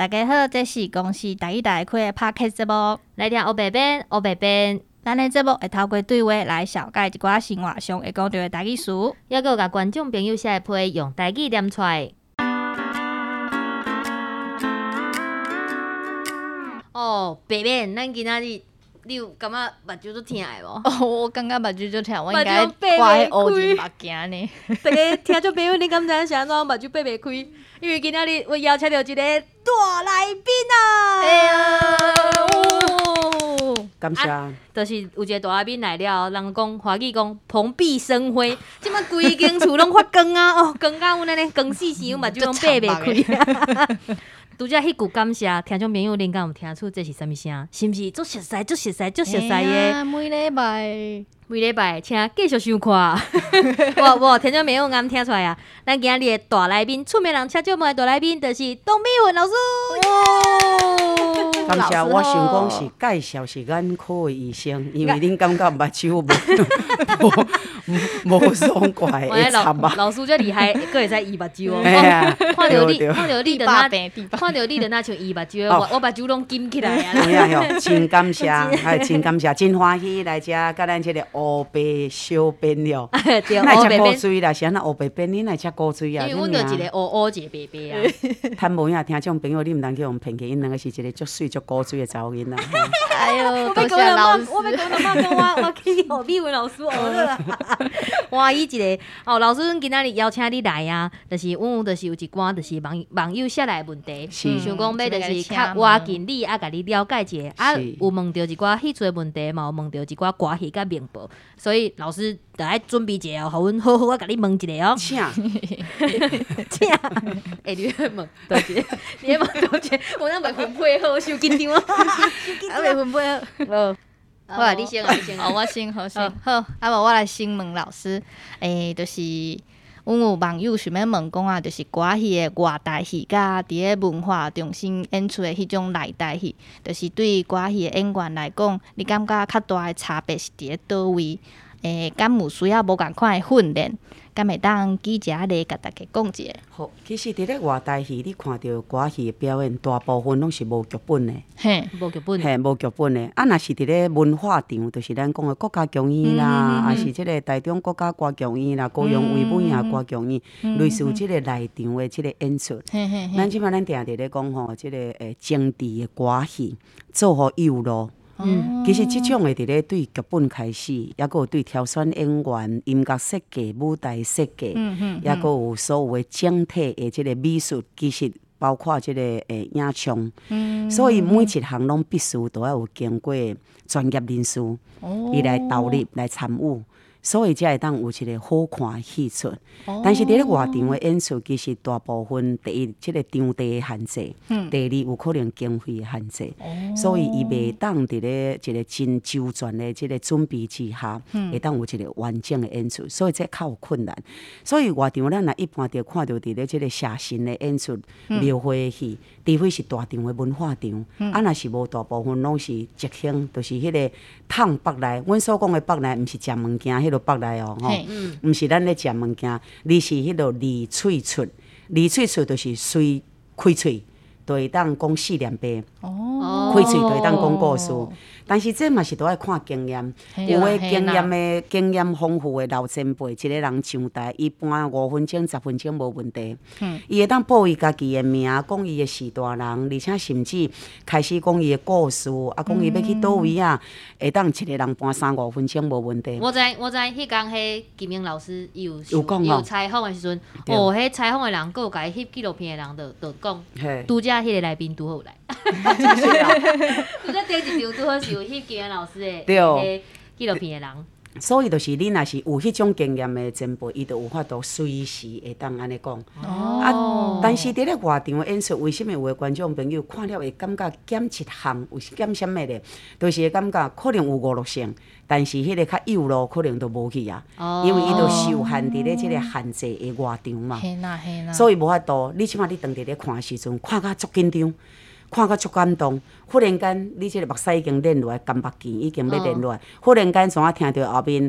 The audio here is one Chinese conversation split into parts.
大家好，这是公司台语台开的 Podcast 节目， 来听黑白边，黑白边。 咱的节目会透过对话来小解一寡生活上会讲到的台语词， 也有甲观众朋友写批用台语念出来。哦，白边，咱今仔日你有感觉目睭都疼的无？ 哦，我感觉目睭就疼，我应该挂迄乌仁目镜呢。 大家听众朋友，你敢知影是安怎目睭闭袂开？因为今仔日我邀请到一个大来宾啊！ 哎呀， 感谢。 就是有一个大来宾来了，人讲华语讲蓬荜生辉，即摆规间厝拢发光啊！哦，光到阮安尼光死死，目睭拢闭袂开。拄则迄句感谢，听众朋友恁敢有听出这是啥物声？是毋是足熟悉、足熟悉、足熟悉的？ 每礼拜请继续收看。我听众朋友啱听出来啊！咱今日的大来宾，出名人车少门的大来宾，就是董美云老师。 感谢，我想讲是介绍是眼科的医生，因为恁感觉目睭无爽快会插吧？ 老师遮厉害，佫会使医目睭哦。看到你的那像医目睭，我目睭拢金起来啊！ 有影真感谢，真感谢，真欢喜来遮，甲咱即个黑白小便了。哪会吃古水啦？是安那黑白便，恁哪会吃古水啊？ 因为阮就一个黑一个白白啊。 趁无影听众朋友，你毋通叫用骗去，因两个是一个足水足古水的查某囡仔。 哎呦，多谢老师。 我要讲妈讲我去互美云老师学了。哇，伊一个哦，老师，阮今仔日邀请你来啊，就是阮就是有一寡就是网友写来的问题，想讲要就是较挖近你啊，甲你了解一下啊，有问到一寡戏剧的问题，嘛有问到一寡歌戏甲名报，所以老师就爱准备一个哦，互阮好好啊，甲你问一下哦。请，你要问多少？你要问多少？我那袂分配好，伤紧张啊！袂分配好。好啊，你先啊，你先啊。 我先好先好，啊无我来先问老师，就是阮有网友想要问讲啊，就是歌戏的外台戏，甲伫咧文化中心演出的迄种内台戏，就是对歌戏的演员来讲，你感觉较大的差别是伫咧倒位？敢有需要无共款的训练？敢会当记一下咧，甲大家讲一下。 好，其实伫咧外台戏，你看到歌戏的表演，大部分拢是无剧本的。 嘿， 无剧本。 嘿，无剧本的。啊，若是伫咧文化场，就是咱讲的国家剧院啦，还是即个台中国家歌剧院啦、高雄维美啊歌剧院，类似有即个内场的即个演出。咱即摆咱定伫咧讲吼，即个政治的歌戏，做互有路。其实即种的伫咧对剧本开始，也佫有对挑选演员、音乐设计、舞台设计，也佫有所有的整体的即个美术，其实包括即个影像，所以每一项拢必须都要有经过专业人士伊来投入来参与。所以才会当有一个好看的戏出，但是伫咧外场的演出，其实大部分第一，即个场地的限制；第二，有可能经费的限制，所以伊袂当伫咧一个真周全的即个准备之下，会当有一个完整的演出，所以这较有困难。所以外场咱若一般着看到伫咧即个写实的演出、描绘的戏，除非是大场的文化场，啊，若是无大部分拢是即兴，就是迄个烫北来。阮所讲的北来，毋是食物件迄北来哦，吼，毋是咱咧食物件，而是迄落离喙出，离喙出就是随开喙，就会当讲四连八，开喙就会当讲故事。但是这嘛是都爱看经验，有的经验丰富的老前辈，一个人上台，一般5分钟、10分钟无问题。伊会当报伊家己的名，讲伊的是大人，而且甚至开始讲伊的故事，啊，讲伊要去倒位啊，会当一个人搬3-5分钟无问题。 我知，迄天迄金明老师有讲有采访的时阵，迄采访的人，佮有甲伊翕纪录片的人，就讲，拄则迄个来宾拄好有来。拄则第一场拄好是有翕金明老师的迄纪录片的人。 所以就是你若是有迄种经验的前辈，伊就有法度随时会当安尼讲。啊，但是伫咧外场的演出，为什么有的观众朋友看了会感觉减一项，有减什么咧？就是会感觉可能有5-6成，但是迄个较幼路可能都无去啊，因为伊都受限伫咧即个限制的外场嘛。所以无法度，你起码你当伫咧看的时阵，看甲足紧张。看甲足感动，忽然间，你即个目屎已经练落来，干目镜已经要练落来。忽然间，怎啊听到后面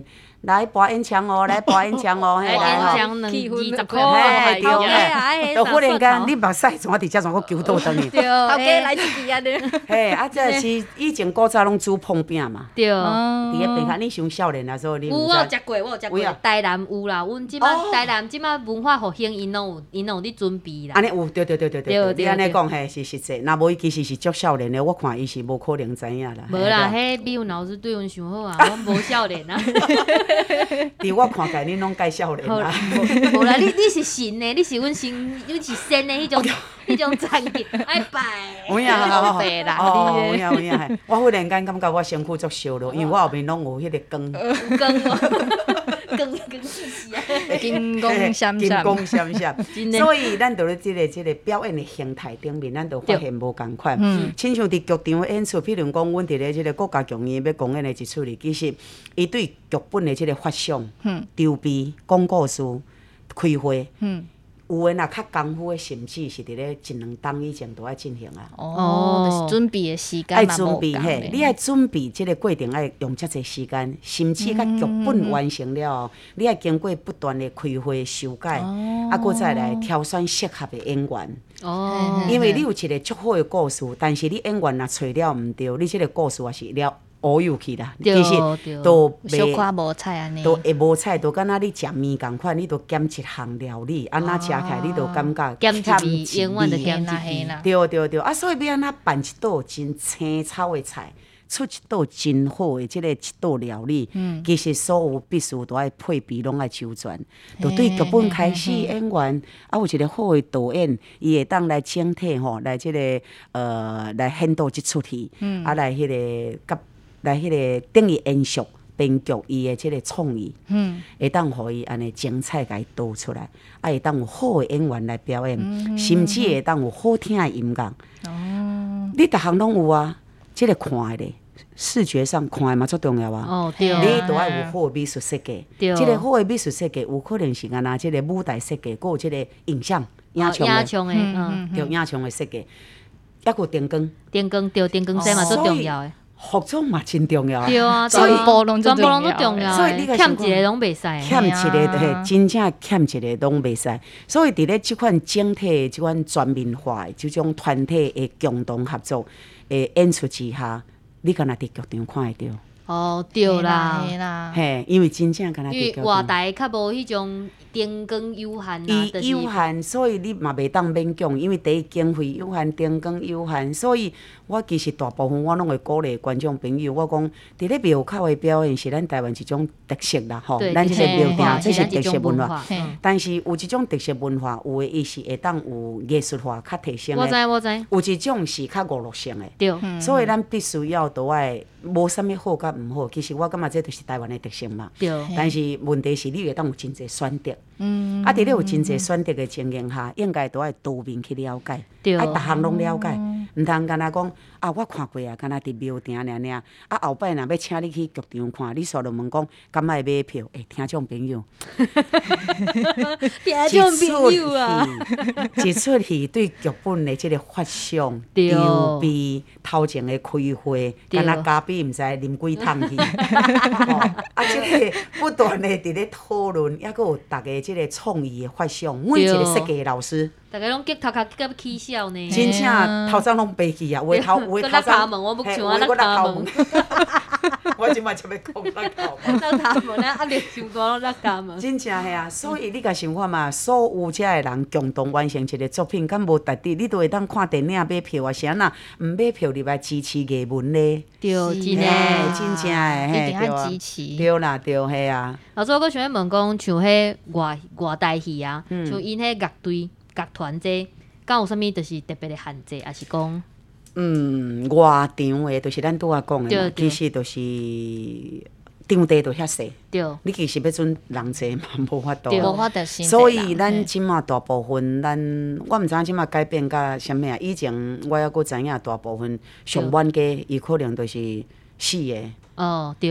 来拔烟枪哦，来拔烟枪哦，嘿烟来枪20块， 嘿头对家就忽然间你目屎怎伫遮全部揪倒转去？ 对， 头家来一支啊！对， 嘿，啊，这是以前古早拢煮碰饼嘛， 对。 伫咧边卡，你上少年的时候，你有， 毋知。 我有食过，我有食过。台南有啦，阮即摆台南即摆文化复兴，因拢有伫准备啦。 安尼有，对，你安尼讲嘿是实际。若无伊其实是足少年的，我看伊是无可能知影啦。 无啦，迄美文老师对阮上好啊，我无少年啊。 伫我看起来，恁拢介少年啦。 无啦，你是神的，你是阮神，你是仙的迄种zan嘅，爱拜。 有影好白啦， 有影嘿。我忽然间感觉我身躯足烧咯，因为我后面拢有迄个光。 光哦，光死死啊！ 金光闪闪， 金光闪闪。所以咱就咧即个表演的形态顶面，咱就发现无共款。亲像伫剧场的演出，譬如讲，阮伫咧即个国家剧院要公演的一出哩，其实伊对剧本的即个发想、筹备、讲故事、开会。有诶，若较功夫诶，甚至是伫咧1、2档以前都爱进行啊。 就是准备诶时间爱嘛， 准备嘿，你爱准备即个过程爱用遮济时间，甚至甲剧本完成了后，你爱经过不断诶开会修改，搁再来挑选适合诶演员。因为你有一个足好诶故事，但是你演员若找了毋对，你即个故事也是了。乌有去啦，其实都小可无彩安尼， 都会无彩，都敢若你食面共款，你都减一项料理，安那食起来你都感觉减一味，永远就减一味。 对，啊，所以要安那办一道真青草的菜，出一道真好的即个一道料理，其实所有必须都爱配备，拢爱周全。就对剧本开始，演员啊有一个好的导演，伊会当来整体吼，来即个来演导即出戏，啊来迄个甲。来，迄个等于延续编剧伊的即个创意，会当互伊安尼精彩甲伊导出来，啊会当有好的演员来表演，甚至会当有好听的音乐。你逐项拢有啊，即个看的咧，视觉上看的嘛足重要啊。 对， 你都爱有好的美术设计，即个好的美术设计有可能是安那即个舞台设计，佮有即个影像影像的，对影像的设计，抑有灯光， 灯光这嘛足重要的。 服装嘛真重要啊， 对啊， 全部拢都重要， 所以你欠一个拢袂使， 欠一个嘿，真正欠一个拢袂使。所以伫咧即款整体、即款全面化的即种团体的共同合作的演出之下，你敢若伫剧场看会到。 对啦， 嘿，因为真正敢若伫剧场。 因为外台较无迄种灯光有限啊， 伊有限，所以你嘛袂当勉强，因为第一经费有限，灯光有限，所以我其实大部分我拢会鼓励观众朋友，我讲伫咧庙口的表演是咱台湾一种特色啦，吼，咱即个庙埕这是特色文化。但是有一种特色文化，有诶伊是会当有艺术化较提升的。我知。 有一种是较娱乐性的。 对。 所以咱必须要都爱，无啥物好甲毋好。其实我感觉这就是台湾的特色嘛。 对。 但是问题是你会当有真侪选择。啊，伫咧有真侪选择的情形下，应该都爱多面去了解，爱逐项拢了解，毋通干那讲啊，我看过啊，干那伫庙埕尔。啊，后摆若要请你去剧场看，你煞就问讲，敢爱买票？听众朋友， 听众朋友啊， 一出戏对剧本的即个发想、筹备、头前的开会，干那嘉宾毋知啉几桶去，啊，即个不断的伫咧讨论，抑佫有逐个即个创意的发想，每一个设计老师， 大家拢激头壳甲要起笑呢， 真正头早拢背去啊，有头早门，我不像我头门， 我即摆就要讲头门啊，力伤大拢头门， 真正系啊，所以你甲想看嘛，所有遮的人共同完成一个作品，敢无值得？你都会当看电影买票啊，是安那？毋买票入来支持艺文咧？ 对，真诶，真正诶， 一定要支持。 对啦，对，系啊。 老师，我想要问讲，像迄外台戏啊，像因迄乐队、乐团这，敢有啥物就是特别的限制，还是讲？ 外场的，就是咱拄仔讲的嘛，其实就是场地就遐细，你其实要准人济嘛，无法度。 无法度。 所以咱即马大部分，我毋知影即马改变甲啥物啊。以前我还佫知影大部分上晚家，伊可能就是4个。 对。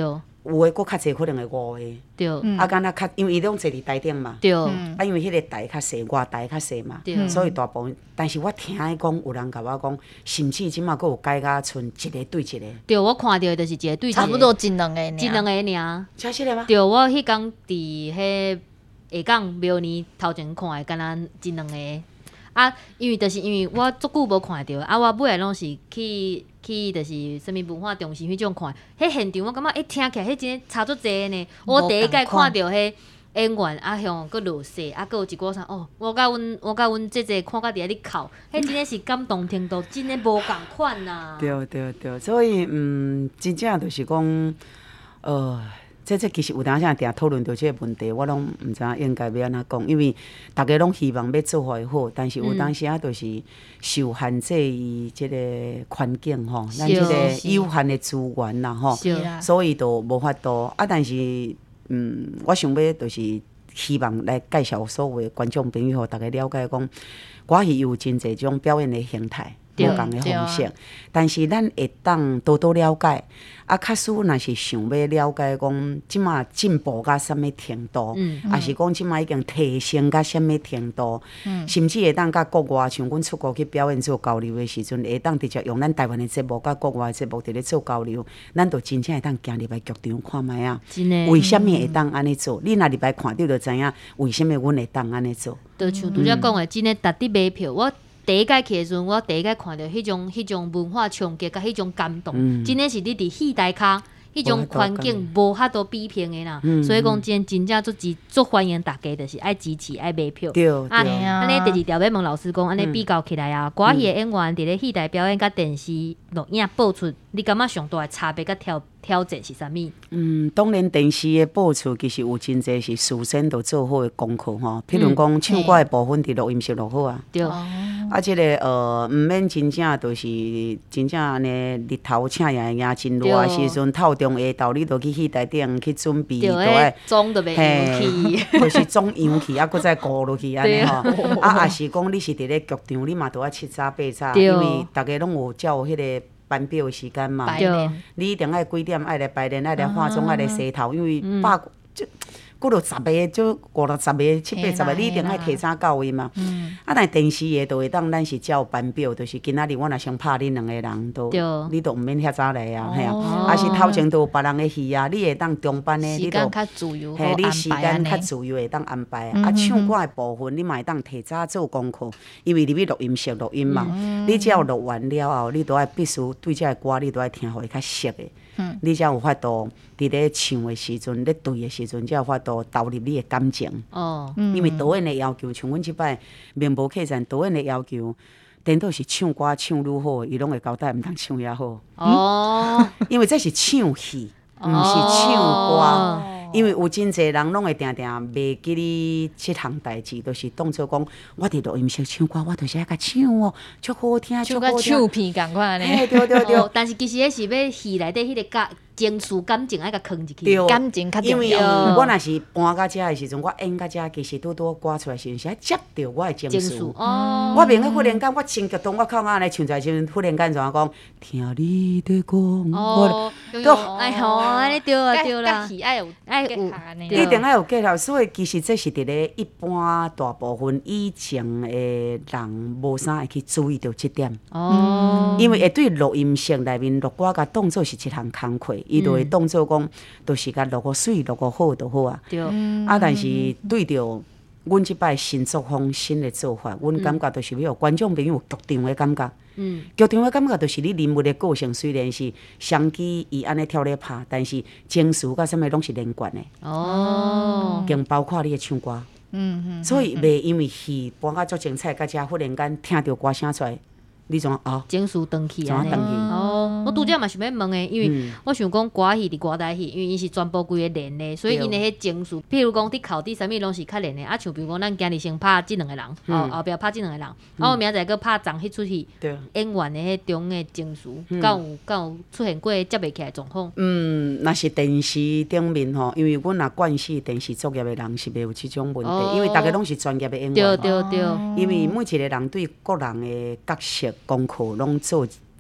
有诶，佫较济可能会5个。 对， 啊，敢若较，因为伊拢坐伫台顶嘛。 对， 啊，因为迄个台较细，外台较细嘛，所以大部分。但是我听伊讲，有人甲我讲，甚至即马佫有改甲剩一个对一个。 对，我看到的就是一个对一个， 差不多一两个尔。 真实的吗？ 对，我迄天伫迄下港庙年头前看的，敢若一两个。啊，因为我足久无看到，啊，我尾来拢是去就是啥物文化中心迄种看，迄现场我感觉听起来迄真差足济呢。我第一届看到迄演员啊，向佫落雪，啊，佫有一个啥哦，我甲阮姐姐看甲伫遐咧哭，迄真诶是感动程度真诶无共款呐。 对，所以真正就是讲，这其实有当时定讨论到这个问题，我拢毋知影应该要安怎讲，因为大家拢希望要做法会好，但是有当时就是受限制伊即个环境吼，咱即个有限的资源啦吼，所以就无法度啊。但是我想要就是希望来介绍所有的观众朋友，互大家了解讲，歌戏有真侪种表演的形态。无共的方式，但是咱会当多多了解。啊，假使若是想要了解讲，即马进步到什么程度，还是讲即马已经提升到什么程度，甚至会当甲国外，像阮出国去表演做交流的时阵，会当直接用咱台湾的节目，甲国外的节目伫咧做交流，咱就真正会当行入来剧场看卖啊。为什么会当安尼做？你若入来看到就知影，为什么阮会当安尼做？ 就像拄则讲的，真诶，值得买票。我第一届去的时阵，我第一届看到迄种文化冲击，甲迄种感动，真诶是你伫戏台骹，迄种环境无遐多比拼的啦。所以讲真正足欢迎大家，就是爱支持爱买票。 对安尼第二条要问老师讲，安尼比较起来啊，歌戏的演员伫咧戏台表演甲电视录影播出，你感觉上大的差别甲挑战是啥物？ 当然电视的播出其实有真侪是事先都做好的功课吼，譬如讲唱歌的部分伫录音室录好啊。 对。 啊，即个毋免真正就是真正安尼日头请夜夜真热的时阵，透中下昼你著去戏台顶去准备， 就爱妆都袂扬去， 就是妆扬去，啊，搁再顾落去安尼吼。啊，也是讲你是伫咧剧场，你嘛著爱七早八早，因为逐家拢有照迄个班表的时间嘛。你一定爱几点爱来排练，爱来化妆，爱来洗头，因为佫落10个，就50-60个、70-80个，你一定爱提早到位嘛。啊，但电视的就会当咱是照班表，就是今仔日我若想拍恁两个人都，你都毋免遐早来啊，嘿啊。啊是头前都有别人的戏啊，你会当中班的，你都嘿，你时间较自由会当安排啊。啊，唱歌的部分你嘛会当提早做功课，因为入去录音室录音嘛。你只要录完了后，你都爱必须对这个歌，你都爱听互伊较熟的。你才有法度伫咧唱的时阵，咧对的时阵，才有法度投入你的感情。因为导演的要求，像阮即摆名无客栈，导演的要求，颠倒是唱歌唱愈好，伊拢会交代毋通唱遐好。因为这是唱戏，毋是唱歌。因为有真侪人拢会定定袂记哩即项代志，就是当作讲我伫录音室唱歌，我就是爱甲唱哦，足好听，足好听。 像唱片共款安尼。 对。 但是其实迄是要戏内底迄个情绪感情爱甲藏入去， 感情较重要。 因为我若是搬到遮的时阵，我演到遮，其实拄歌出来时阵是爱接着我的情绪。我免去忽然间，我真激动，我靠我来唱出来时阵，忽然间怎讲？听你在讲， 哎吼，安尼对啊对啦， 一定爱有结合，所以其实这是伫咧一般大部分以前的人无啥会去注意到这点。因为会对录音室内面录歌，甲当作是一项工课。伊就会当作讲，就是甲录个水、录个好就好啊。 对。 啊，但是对着阮即摆新作风、新的做法，阮感觉就是要观众朋友剧场的感觉。剧场的感觉就是你人物的个性，虽然是相机伊安尼跳咧拍，但是情绪甲啥物拢是连贯的。更包括你的唱歌。所以袂因为戏搬到足精彩，甲遮忽然间听到歌声出来。你怎情绪转去安尼？我拄则嘛想要问的，因为我想讲歌戏伫歌台戏，因为伊是全部规个练的，所以因的迄情绪，譬如讲伫考伫啥物拢是较练的。啊，像比如讲咱今日先拍即两个人，后壁拍即两个人，我明仔载搁拍昨迄出戏，演员的迄种的情绪，敢有出现过接袂起来状况？ 若是电视顶面吼，因为阮若惯势电视作业的人是袂有即种问题，因为大家拢是专业的演员。 对。 因为每一个人对个人的角色功课拢做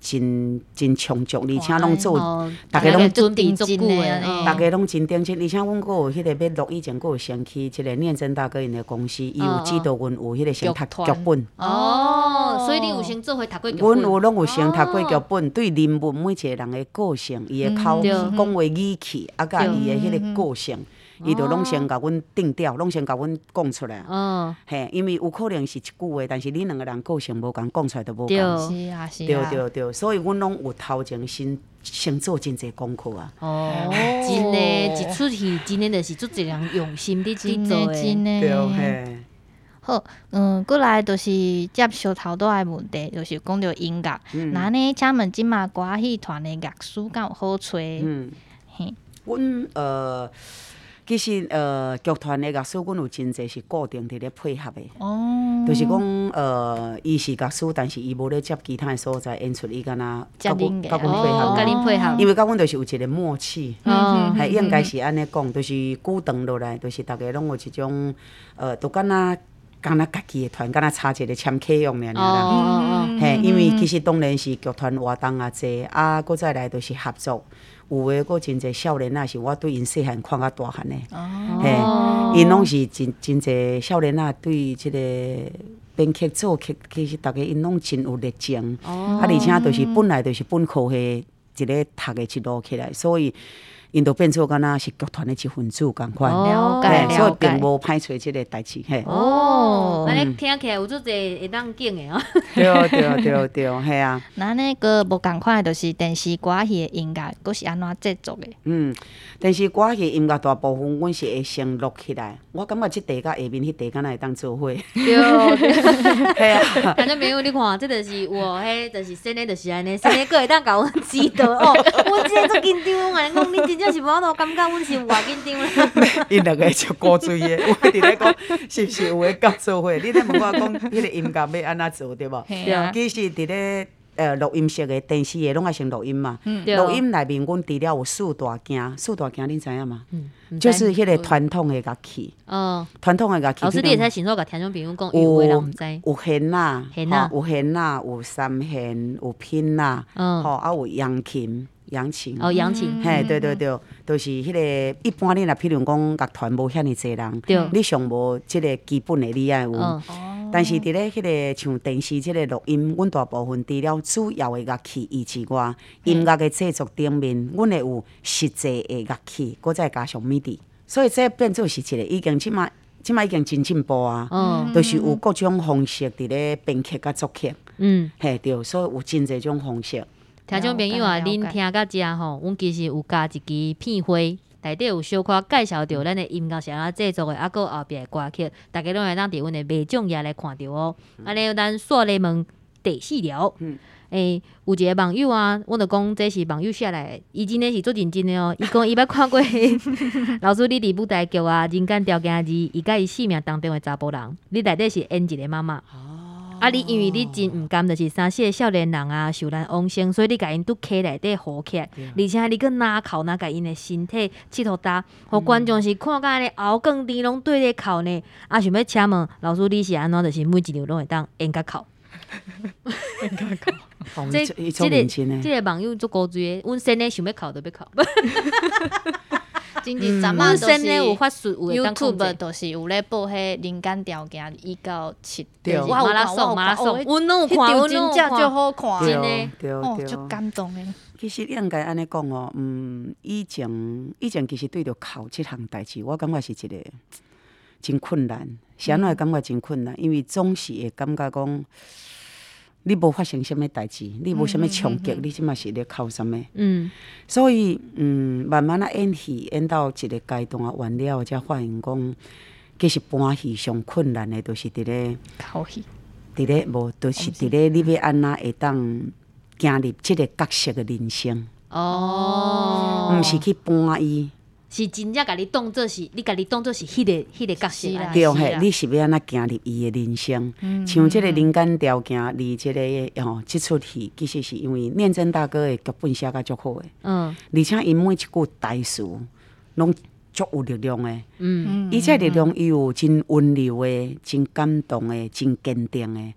真充足，而且拢做， 大家拢准备足久的， 大家拢真认真，而且阮阁有迄个要录以前阁有先去即个念真大哥因的公司，伊有指导阮有迄个先读剧本。 所以你有先做伙读过剧本？ 阮有拢有先读过剧本，对人物每一个人的个性、伊的口讲话语气，啊，甲伊的迄个个性。伊就拢先甲阮定调，拢先甲阮讲出来。嘿，因为有可能是一句话，但是你两个人个性无共，讲出来都无共。 是啊，是啊。 对，所以阮拢有头前先做真侪功课啊。 真诶，一出戏真诶，就是足侪人用心伫做诶。 真诶。 对嘿。 好，过来就是接小头倒诶问题，就是讲到音乐。那呢，请问即马歌戏团诶乐师敢有好找？嘿， 阮其实剧团的乐师，阮有真侪是固定伫咧配合的。就是讲伊是乐师，但是伊无咧接其他的所在演出，伊敢若甲阮配合， 因为甲阮就是有一个默契，还应该是安尼讲，就是久长落来，就是大家拢有一种都敢若家己的团，敢若差一个签客用尔啦。嘿，因为其实当然是剧团活动也侪，啊，搁再来就是合作。有诶，佫真侪少年仔是我对因细汉看甲大汉诶，嘿，因拢是真侪少年仔对即个编剧做剧，其实逐个因拢真有热情，而且就是本来就是本科系一个读诶一路起来，所以因就变做敢若是剧团诶一份子共款，所以并无歹找即个代志，嘿。 安尼听起来有足侪会当景诶哦。 对，嘿啊。 那呢个无共款，就是电视歌戏诶音乐，佫是安怎制作诶？ 电视歌戏音乐大部分阮是会先录起来，我感觉即地甲下面迄地敢若会当做伙。 对， 嘿啊。 听众朋友，你看，这就是我迄，就是生诶，就是安尼，生诶，佫会当甲阮指导哦。阮真足紧张啊！你讲你真正是无法度感觉阮是有偌紧张啦。 因两个就古锥诶，有伫咧讲是不是有诶合作伙？你咧问我讲，迄个音乐要安怎做对无？其实伫咧录音室诶、电视诶，拢爱先录音嘛。录音内面，阮除了有四大件恁知影吗？就是迄个传统诶乐器。传统诶乐器。 老师，你会使先说甲听众朋友讲，有诶人毋知。 有弦啦，有弦啦，有三弦，有拼啦，啊有扬琴。扬琴，嘿，对，就是迄个一般你若譬如讲乐团无遐尼济人，你上无即个基本的你爱有。但是伫咧迄个像电视即个录音，阮大部分除了主要的乐器以之外，音乐的制作顶面，阮会有实际的乐器，搁再加上 MIDI， 所以这变做是一个已经即马已经真进步啊。就是有各种方式伫咧编曲甲作曲。嘿，对，所以有真侪种方式。 听众朋友啊，恁听到遮吼，阮其实有加一支片花，内底有小可介绍到咱的音乐是安怎制作的，啊，搁后壁的歌曲，大家拢会当伫阮的卖奖页来看到哦。安尼，咱煞咧问第四条，有一个网友啊，我就讲这是网友写来的，伊真的是足认真的哦。伊讲伊捌看过老师你伫舞台剧啊，人间条件二，伊甲伊生命当中的查甫人，你内底是演一个妈妈。啊！你因为你真毋甘，就是34个少年人啊受咱往生，所以你甲因拄起内底好起来，而且你佫拿哭甲因的身体佚佗搭，互观众是看甲安尼后更甜拢对咧哭呢。啊，想要请问老师，你是安怎？就是每一场拢会当演甲哭？ 演甲哭， 这个网友足古锥的，阮生咧想要哭就要哭。 真正昨晚都是有法术，有会当控制。 YouTube 都是有咧播迄人间条件1到7， 马拉松，阮拢有看， 阮真正就好看， 真诶， 足感动诶。 其实应该安尼讲哦，以前其实对着哭即项代志，我感觉是一个真困难，是安怎会感觉真困难？因为总是会感觉讲。你无发生什么代志，你无什么冲击，你即嘛是咧哭什么？所以慢慢啊演戏演到一个阶段啊完了，才发现讲，其实搬戏上困难的，就是伫咧哭戏， 伫咧无，就是伫咧你要安怎会当经历即个角色的人生。毋是去搬伊。 是真正甲你当作是，你家己当作是迄个角色啦。 对嘿，你是要安怎行入伊的人生？像即个人间条件，离即个即出戏，其实是因为念真大哥的剧本写甲足好的。而且因每一句台词拢足有力量的。伊这力量伊有真温柔的、真感动的、真坚定的。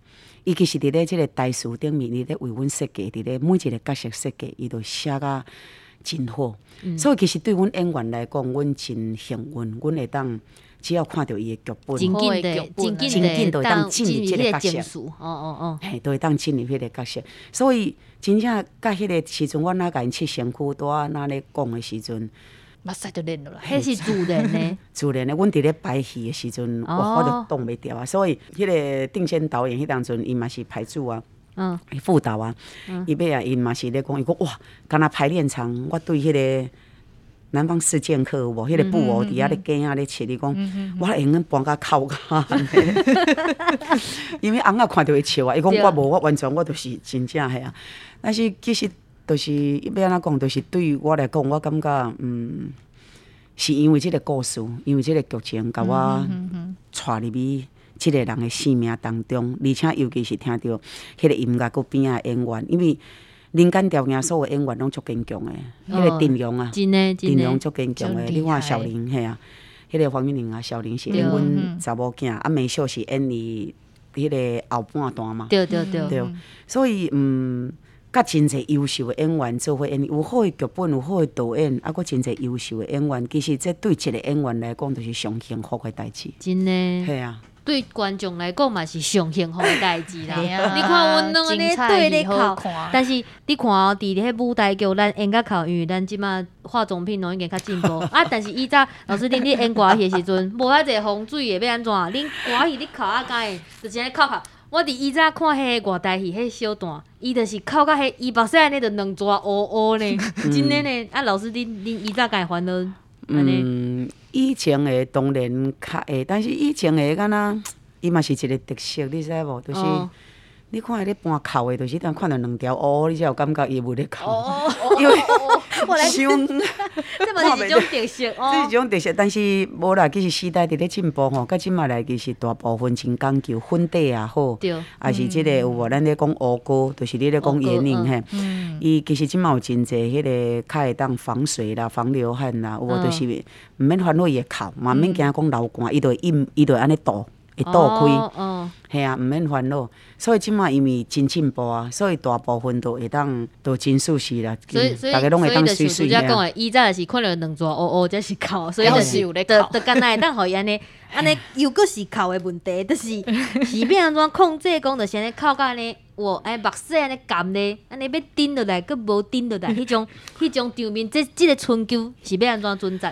伊其实伫咧即个台词顶面，伊咧为阮设计，伫咧每一个角色设计，伊都写甲真好。所以其实对阮演员来讲，阮真幸运，阮会当只要看到伊的剧本， 真紧就会当进入即个角色。嘿，都会当进入迄个角色。所以真正甲迄个时阵，阮哪甲因切身躯带哪咧讲的时阵。 目屎就练落来， 迄是自然的。 自然的，阮伫咧排戏的时阵，我都挡袂掉啊。所以，迄个定先导演迄当阵，伊嘛是排主啊，副导啊，伊尾啊，伊嘛是咧讲，伊讲哇，敢若排练场，我对迄个南方四剑客有无？迄个布偶伫遐咧镜仔咧切，伊讲，我会用搬甲口骹，因为翁仔看到会笑啊。伊讲我无，我完全我就是真正系啊。但是其实。就是要安怎讲，就是对于我来讲，我感觉是因为这个故事，因为这个剧情，甲我带入去这个人的生命当中，而且尤其是听到迄个音乐，佮边仔演员，因为人间条件所有演员拢足坚强的，迄个阵容啊，阵容足坚强的。你看小玲嘿啊，迄个黄韵玲啊，小玲是演阮查某囝，啊，美秀是演伊迄个后半段嘛， 对， 所以甲真侪优秀的演员做伙演，有好的剧本，有好的导演，啊，佮真侪优秀的演员，其实这对一个演员来讲，就是上幸福的代志。 真的， 系啊， 对观众来讲嘛是上幸福的代志啦。 你看阮两个咧对咧哭，但是你看哦，伫迄舞台剧咱演甲哭，因为咱即马化妆品拢已经较进步啊。但是以前老师恁咧演歌戏的时阵，无遐济风水的，要安怎？恁歌戏你哭啊，敢会就是安尼哭。我伫以前看迄个外台戏，迄小段，伊就是哭到迄伊目屎安尼，就两撮乌乌呢，真的呢。啊，老师恁以前敢会烦恼安尼？ 以前的当然较会，但是以前的敢若伊嘛是一个特色，你知无？就是你看伊咧搬哭的，就是当看到两条乌，你才有感觉伊有咧哭，因为伤。 这嘛是一种特色哦。 这是一种特色，但是无啦，其实时代伫咧进步吼，到即马来其实大部分真讲究粉底也好，还是即个有无？咱咧讲乌膏，就是你咧讲眼影嘿。伊其实即马有真侪迄个较会当防水啦、防流汗啦，有无？就是毋免烦恼伊会哭，嘛免惊讲流汗，伊就伊就安尼倒。会倒开，系啊，毋免烦恼。所以即马因为真进步啊，所以大部分都会当都真舒适啦。 所以大家拢会当水水啊。讲诶，以前就是看到两撮乌乌，才是哭，所以就是就干那会当互伊安尼又搁是哭诶问题，就是要安怎控制讲，就是安尼哭到安尼，目屎安尼干咧，安尼要顶落来，搁无顶落来，迄种场面，即个春秋是要安怎准则？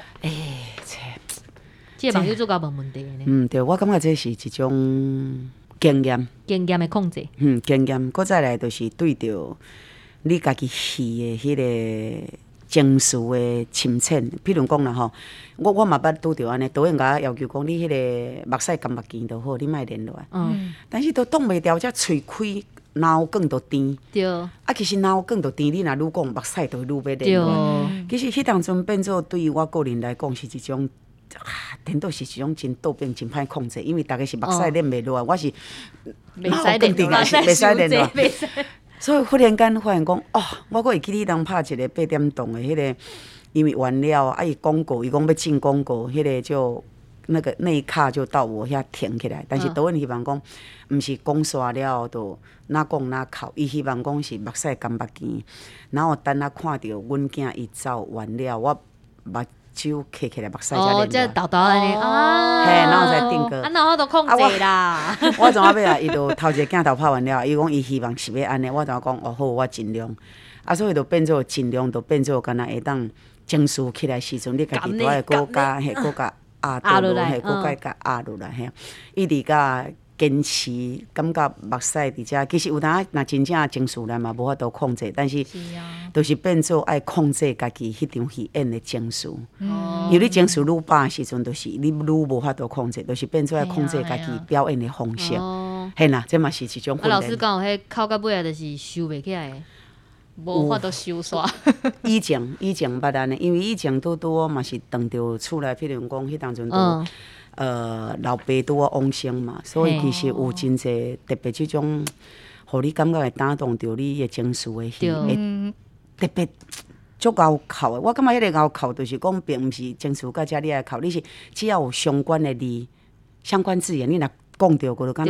即个网友做甲无问题呢。 对，我感觉这是一种经验的控制。 经验，搁再来就是对着你家己戏的迄个情绪的深浅。譬如讲啦吼，我嘛捌拄着安尼，导演甲我要求讲，你迄个目屎干目镜就好，你莫连落来。但是都挡袂掉，才喙开，脑梗就甜。 对。 啊，其实脑梗就甜，你若愈讲目屎就愈要连落来。其实迄当阵变做对于我个人来讲是一种。颠倒是一种真倒变真歹控制，因为大家是目屎连袂落来，我是袂使连落来， 袂使连落来，所以忽然间发现讲，我阁会记你当拍一个8点档的迄个，因为完了啊，伊广告，伊讲要进广告，迄个就那一卡就到我遐停起来，但是导演希望讲，毋是讲煞了就哪讲哪哭，伊希望讲是目屎干目镜，然后等下看到阮囝伊走完了，我目手揢起来，目屎才连落来。 这豆豆安尼嘿，然后才定格。 那我都控制啦。 我怎啊尾啊？伊就头一个镜头拍完了，伊讲伊希望是要安尼，我怎讲？好，我尽量。所以就变做尽量，就变做敢若会当情绪起来时阵，你家己都爱搁加，嘿，搁加压落来，嘿，搁加压落来，嘿，一直甲坚持，感觉目屎伫遮。其实有当若真正情绪来嘛，无法度控制，但是就是变做爱控制家己迄场戏演的情绪。因为你情绪愈大时阵，就是你愈无法度控制，就是变做爱控制家己表演的方式。嘿啦，这嘛是一种训练。 老师讲迄哭到尾啊，就是收袂起来的。 无法度收煞。 以前捌安尼，因为以前拄嘛是当着厝内，譬如讲迄当阵都老爸拄往生嘛，所以其实有真侪特别即种，互你感觉会打动着你的情绪的戏，会特别足够哭的。我感觉迄个熬哭就是讲，并毋是情绪到遮你爱哭，你是只要有相关的字、相关字眼，你若讲着，就敢若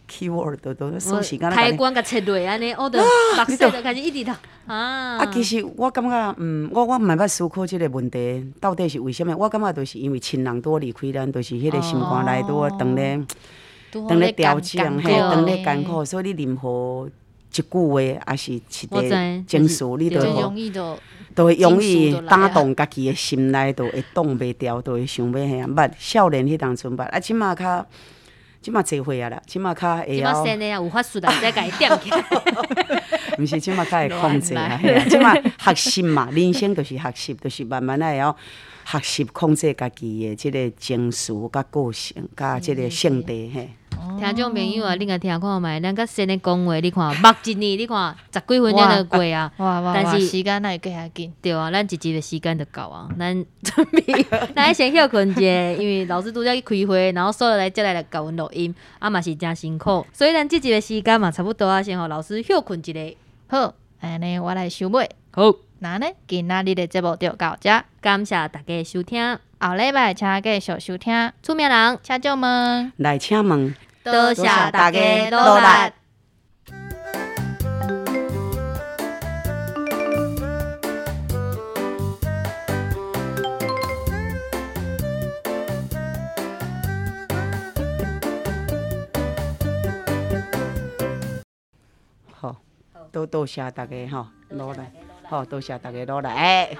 keyword 都算时间。 开关甲切落安尼，我就目屎就开始一直头啊。 其实我感觉，我蛮捌思考即个问题，到底是为什么？我感觉就是因为亲人拄离开咱，就是迄个心肝内拄当咧调整，嘿，当咧艰苦，所以你任何一句话，还是一个情绪，你都会容易打动家己的心内，都会挡袂牢，都会想要遐捌少年迄当阵捌，即马较。即马侪岁啊啦，即马较会晓。即马生的啊，有法术啊，再家己点起来。毋是，即马较会控制啊，即马学习嘛，人生就是学习，就是慢慢会晓学习控制家己的即个情绪、甲个性、甲即个性地嘿。 听众朋友啊，你甲听看觅，咱甲先咧讲话，你看目一年，你看10几分钟就过啊。但是时间哪会过遐紧？ 对啊，咱一集的时间就够啊。咱准备，咱先休困一下，因为老师拄则去开会，然后所有来接来教阮录音，啊嘛是真辛苦。所以咱这集的时间嘛差不多啊，先互老师休困一下。 好，安尼我来收尾。 好， 那呢，今仔日的节目就到这， 感谢大家的收听。 后礼拜请继续收听。 出名人， 请教问， 来请问。 多谢大家努力。 好，多谢大家吼努力，好，多谢大家努力。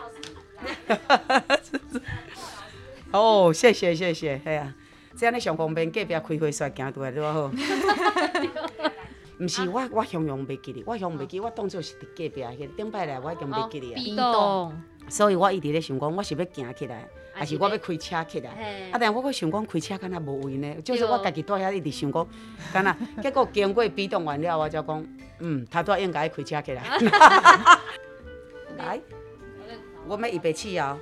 哦，谢谢，嘿啊。这样你上方便，隔壁开会煞行倒来多好。毋是我形容袂记哩，我当作是伫隔壁迄顶摆来，我已经袂记哩啊。 壁咚。 所以我一直咧想讲，我是要行起来，还是我要开车起来？啊，但我搁想讲开车敢若无位呢，就是我家己住遐一直想讲，敢若结果经过壁咚完了，我才讲，他都应该开车起来。来，我们预备起哦。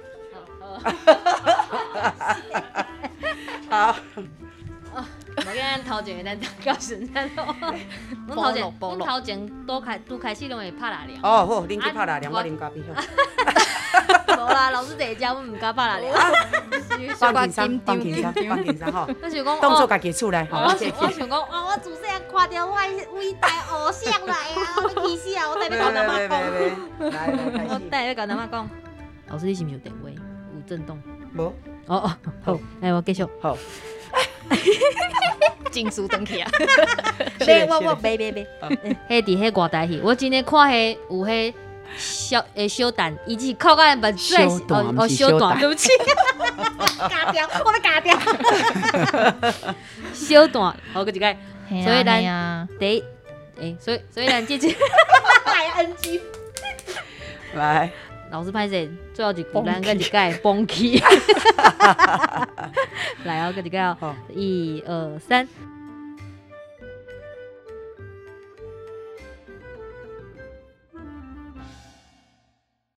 好。 无紧，咱头前咱到时咱阮头前拄开始拢会拍蜡了。 哦，好，恁去拍蜡了，我啉咖啡好。 无啦，老师坐遮，阮毋敢拍蜡了。 放轻松吼。 我想讲， 当作家己厝内吼。 我想讲，我自细汉看到我伟大偶像来啊，我气死啊！我等下要甲妈讲。 来，开始。 我等下要甲妈讲。老师，你是毋是有电话？有震动？ 无。 哦，好，来我继续。 好。 情绪登去啊！ 别，迄伫迄外台戏，我真诶看迄有迄小蛋，伊是靠甲目水小蛋，对不起，加掉，我要加掉。小蛋，好，个一个，所以咱第一，所以咱这集来 NG， 来。 老师拍摄最后一句，咱个一个崩起。来哦，个一个，1、2、3。